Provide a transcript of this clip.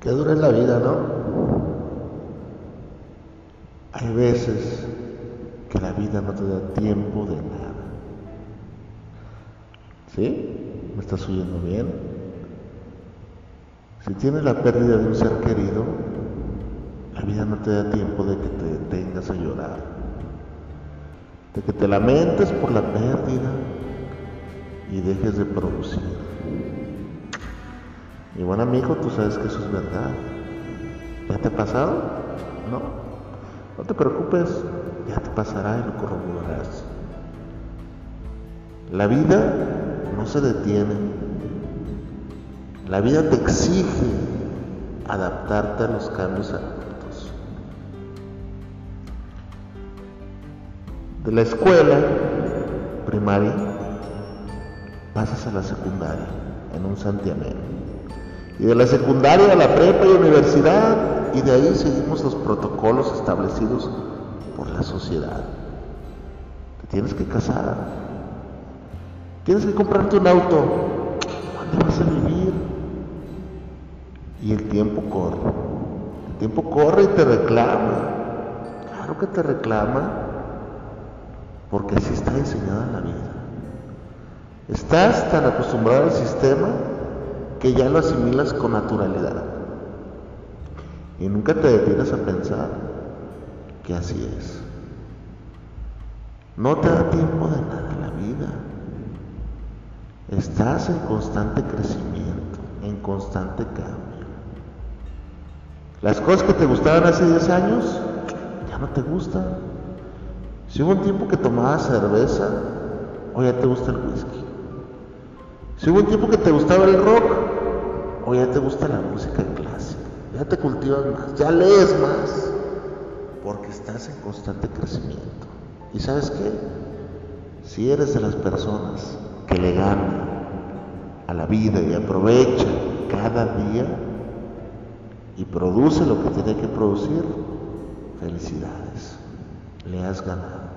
Qué dura es la vida, ¿no? Hay veces que la vida no te da tiempo de nada. ¿Sí? ¿Me estás oyendo bien? Si tienes la pérdida de un ser querido, la vida no te da tiempo de que te detengas a llorar, de que te lamentes por la pérdida y dejes de producir. Mi buen amigo, tú sabes que eso es verdad. ¿Ya te ha pasado? No. No te preocupes, ya te pasará y lo corroborarás. La vida no se detiene. La vida te exige adaptarte a los cambios abruptos. De la escuela primaria pasas a la secundaria en un santiamén. Y de la secundaria a la prepa y universidad, y de ahí seguimos los protocolos establecidos por la sociedad. Te tienes que casar, tienes que comprarte un auto. ¿Dónde vas a vivir? Y el tiempo corre y te reclama. Claro que te reclama, porque así está diseñada la vida. Estás tan acostumbrado al sistema que ya lo asimilas con naturalidad y nunca te detienes a pensar que así es. No te da tiempo de nada la vida. Estás en constante crecimiento, en constante cambio. Las cosas que te gustaban hace 10 años ya no te gustan. Si hubo un tiempo que tomabas cerveza, hoy ya te gusta el whisky. Si hubo un tiempo que te gustaba el rock, hoy ya te gusta la música clásica. Ya te cultivas más, ya lees más, porque estás en constante crecimiento. ¿Y sabes qué? Si eres de las personas que le ganan a la vida y aprovecha cada día y produce lo que tiene que producir, felicidades, le has ganado.